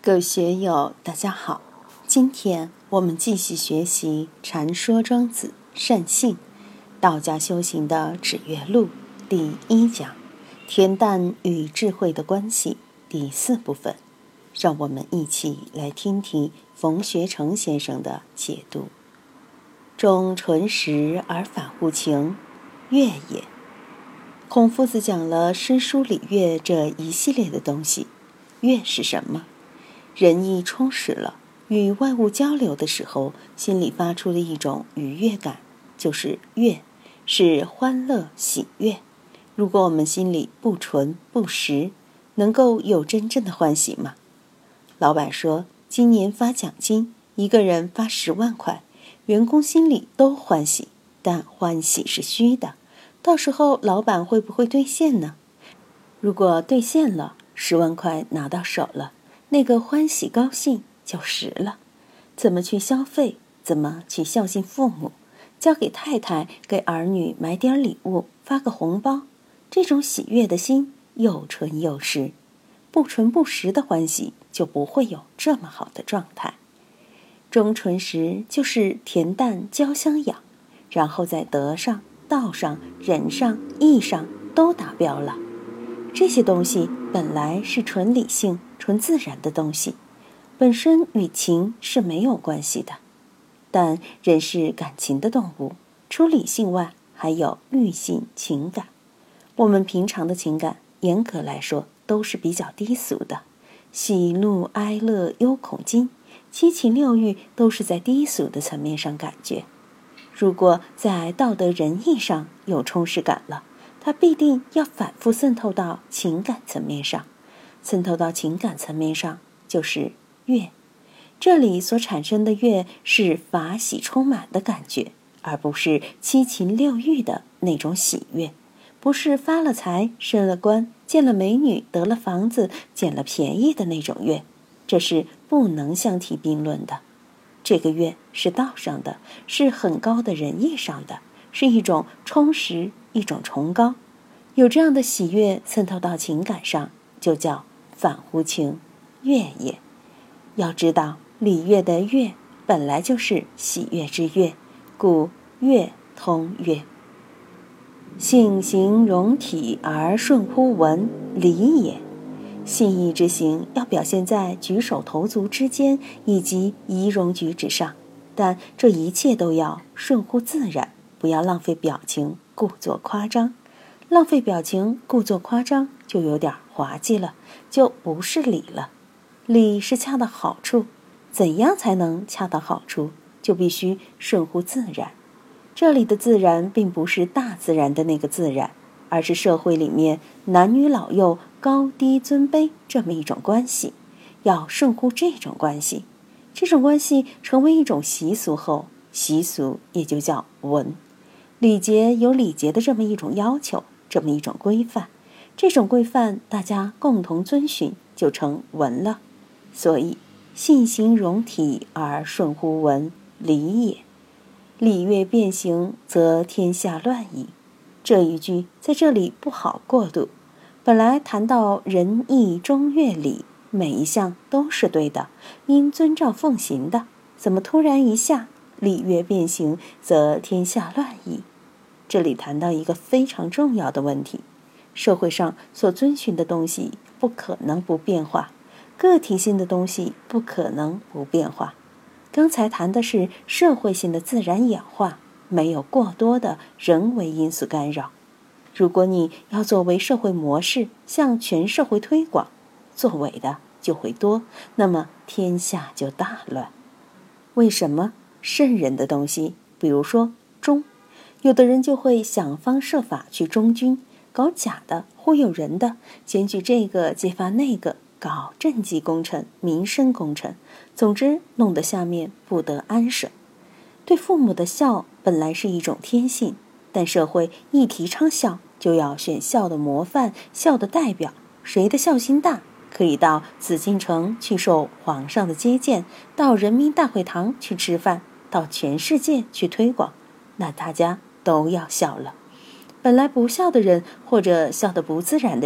各位学友大家好，今天我们继续学习禅说庄子善信道家修行的指月录第1讲恬淡与智慧的关系第4部分，让我们一起来听听冯学成先生的解读。终纯实而反乎情，乐也。孔夫子讲了诗书礼乐这一系列的东西。乐是什么？人意充实了，与万物交流的时候，心里发出的一种愉悦感，就是乐，是欢乐喜悦。如果我们心里不纯不实，能够有真正的欢喜吗？老板说今年发奖金，一个人发10万块，员工心里都欢喜，但欢喜是虚的，到时候老板会不会兑现呢？如果兑现了，10万块拿到手了，那个欢喜高兴就实了。怎么去消费，怎么去孝敬父母，交给太太给儿女买点礼物，发个红包，这种喜悦的心又纯又实。不纯不实的欢喜就不会有这么好的状态。中纯实就是恬淡交相养，然后在德上道上人上义上都达标了。这些东西本来是纯理性纯自然的东西，本身与情是没有关系的。但人是感情的动物，除理性外还有欲性情感。我们平常的情感严格来说都是比较低俗的，喜怒哀乐忧恐惊7情6欲都是在低俗的层面上感觉。如果在道德仁义上有充实感了，它必定要反复渗透到情感层面上，渗透到情感层面上就是乐。这里所产生的乐是法喜充满的感觉，而不是7情6欲的那种喜悦，不是发了财升了官见了美女得了房子捡了便宜的那种乐，这是不能相提并论的。这个乐是道上的，是很高的仁义上的，是一种充实，一种崇高。有这样的喜悦渗透到情感上，就叫反乎情，乐也。要知道礼乐的乐本来就是喜悦之乐，故乐通乐。性形容体而顺乎文，礼也。信义之行要表现在举手投足之间以及仪容举止上，但这一切都要顺乎自然，不要浪费表情故作夸张。浪费表情故作夸张就有点滑稽了，就不是礼了。礼是恰到好处，怎样才能恰到好处？就必须顺乎自然。这里的自然并不是大自然的那个自然，而是社会里面男女老幼高低尊卑这么一种关系，要顺乎这种关系。这种关系成为一种习俗后，习俗也就叫文。礼节有礼节的这么一种要求，这么一种规范，这种规范大家共同遵循，就成文了。所以性形容体而顺乎文，礼也。礼乐变形，则天下乱矣。这一句在这里不好过渡。本来谈到仁义忠乐礼，每一项都是对的，应遵照奉行的，怎么突然一下礼乐变形，则天下乱矣？这里谈到一个非常重要的问题，社会上所遵循的东西不可能不变化，个体性的东西不可能不变化。刚才谈的是社会性的自然演化，没有过多的人为因素干扰。如果你要作为社会模式向全社会推广，作伪的就会多，那么天下就大乱。为什么圣人的东西，比如说忠，有的人就会想方设法去忠君，搞假的忽悠人的，检举这个揭发那个，搞政绩工程民生工程，总之弄得下面不得安生。对父母的孝本来是一种天性，但社会一提倡孝，就要选孝的模范，孝的代表，谁的孝心大，可以到紫禁城去受皇上的接见，到人民大会堂去吃饭，到全世界去推广，那大家都要孝了。本来不孝的人，或者孝得不自然的人，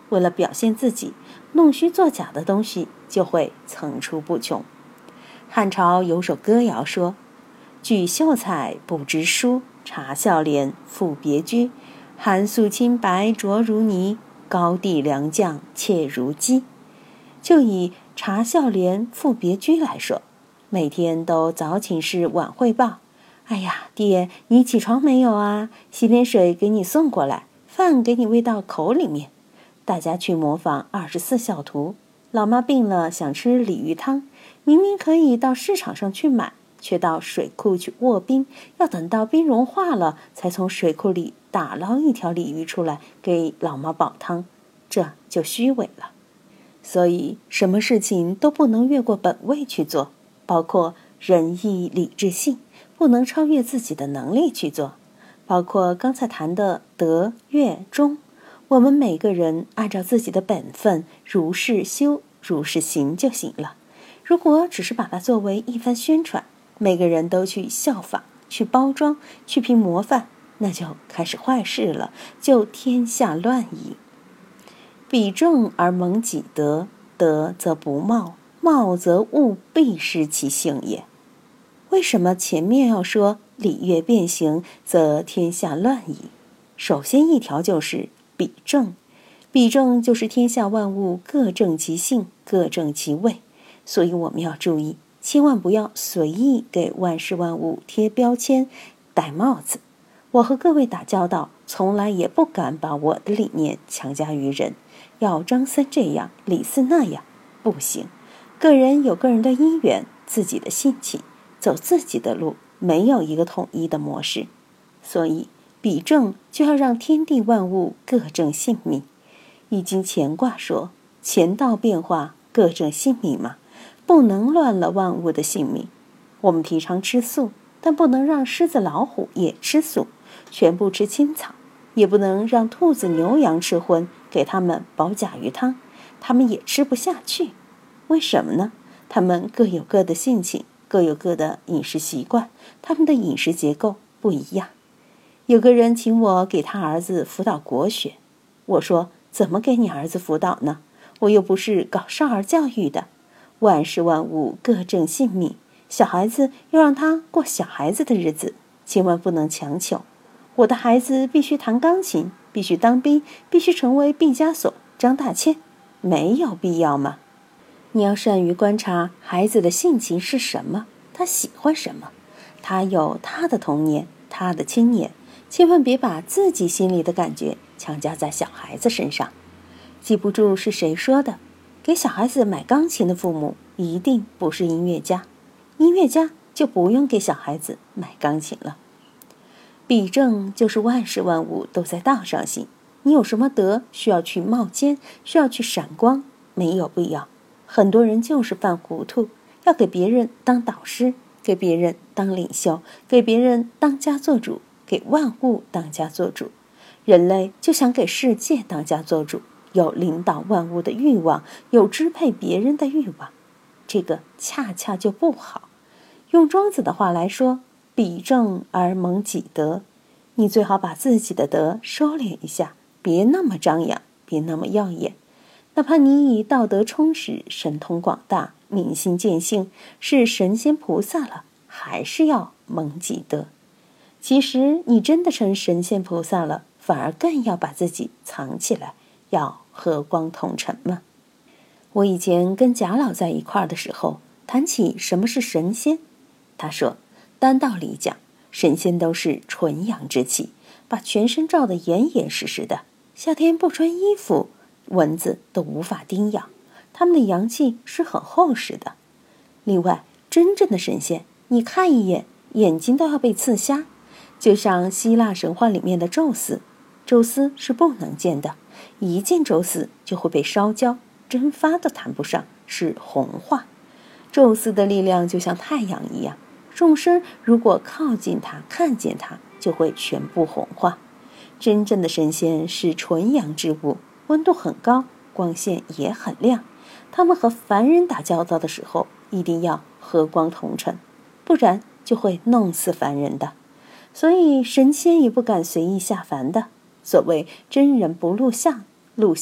为了表现自己，弄虚作假的东西就会层出不穷。汉朝有首歌谣说：举秀才不知书，察孝廉赋别居。寒素清白浊如泥，高第良将怯如鸡。就以察孝廉赋别居来说，每天都早请示晚汇报：哎呀，爹，你起床没有啊？洗点水给你送过来，饭给你喂到口里面。大家去模仿24孝图。老妈病了，想吃鲤鱼汤，明明可以到市场上去买，却到水库去卧冰，要等到冰融化了，才从水库里打捞一条鲤鱼出来给老妈煲汤，这就虚伪了。所以什么事情都不能越过本位去做，包括仁义礼智信，不能超越自己的能力去做，包括刚才谈的德乐忠。我们每个人按照自己的本分，如是修如是行就行了。如果只是把它作为一番宣传，每个人都去效仿，去包装，去凭模范，那就开始坏事了，就天下乱矣。比正而蒙己德，德则不冒，冒则物必失其性也。为什么前面要说礼乐变形，则天下乱矣？首先一条就是比正，比正就是天下万物各正其性，各正其位。所以我们要注意，千万不要随意给万事万物贴标签、戴帽子。我和各位打交道，从来也不敢把我的理念强加于人，要张三这样，李四那样，不行。个人有个人的因缘，自己的性情，走自己的路，没有一个统一的模式。所以比正就要让天地万物各正性命。易经乾卦说，乾道变化，各正性命嘛，不能乱了万物的性命。我们提倡吃素，但不能让狮子老虎也吃素，全部吃青草，也不能让兔子牛羊吃荤，给他们煲甲鱼汤，他们也吃不下去。为什么呢？他们各有各的性情，各有各的饮食习惯，他们的饮食结构不一样。有个人请我给他儿子辅导国学，我说怎么给你儿子辅导呢？我又不是搞少儿教育的。万事万物各正性命，小孩子要让他过小孩子的日子，千万不能强求。我的孩子必须弹钢琴，必须当兵，必须成为毕加索、张大千，没有必要吗？你要善于观察孩子的性情是什么，他喜欢什么，他有他的童年，他的青年，千万别把自己心里的感觉强加在小孩子身上。记不住是谁说的，给小孩子买钢琴的父母一定不是音乐家，音乐家就不用给小孩子买钢琴了。比正就是万事万物都在道上行，你有什么德需要去冒尖，需要去闪光，没有必要。很多人就是犯糊涂，要给别人当导师，给别人当领袖，给别人当家做主，给万物当家做主。人类就想给世界当家做主，有领导万物的欲望，有支配别人的欲望，这个恰恰就不好。用庄子的话来说，比正而蒙己德，你最好把自己的德收敛一下，别那么张扬，别那么耀眼。哪怕你以道德充实，神通广大，明心见性，是神仙菩萨了，还是要蒙己德。其实你真的成神仙菩萨了，反而更要把自己藏起来，要和光同尘嘛。我以前跟贾老在一块儿的时候，谈起什么是神仙，他说单道理讲，神仙都是纯阳之气，把全身罩得严严实实的，夏天不穿衣服，蚊子都无法叮咬，他们的阳气是很厚实的。另外，真正的神仙，你看一眼，眼睛都要被刺瞎。就像希腊神话里面的宙斯，宙斯是不能见的，一见宙斯就会被烧焦，蒸发都谈不上，是红化。宙斯的力量就像太阳一样，众生如果靠近它，看见它，就会全部红化。真正的神仙是纯阳之物，温度很高，光线也很亮。他们和凡人打交道的时候，一定要和光同尘，不然就会弄死凡人的。所以神仙也不敢随意下凡的。所谓真人不露相，露相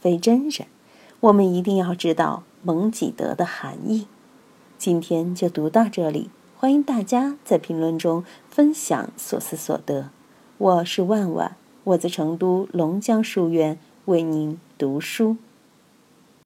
非真人，我们一定要知道蒙己德的含义。今天就读到这里，欢迎大家在评论中分享所思所得。我是万万，我在成都龙江书院为您读书。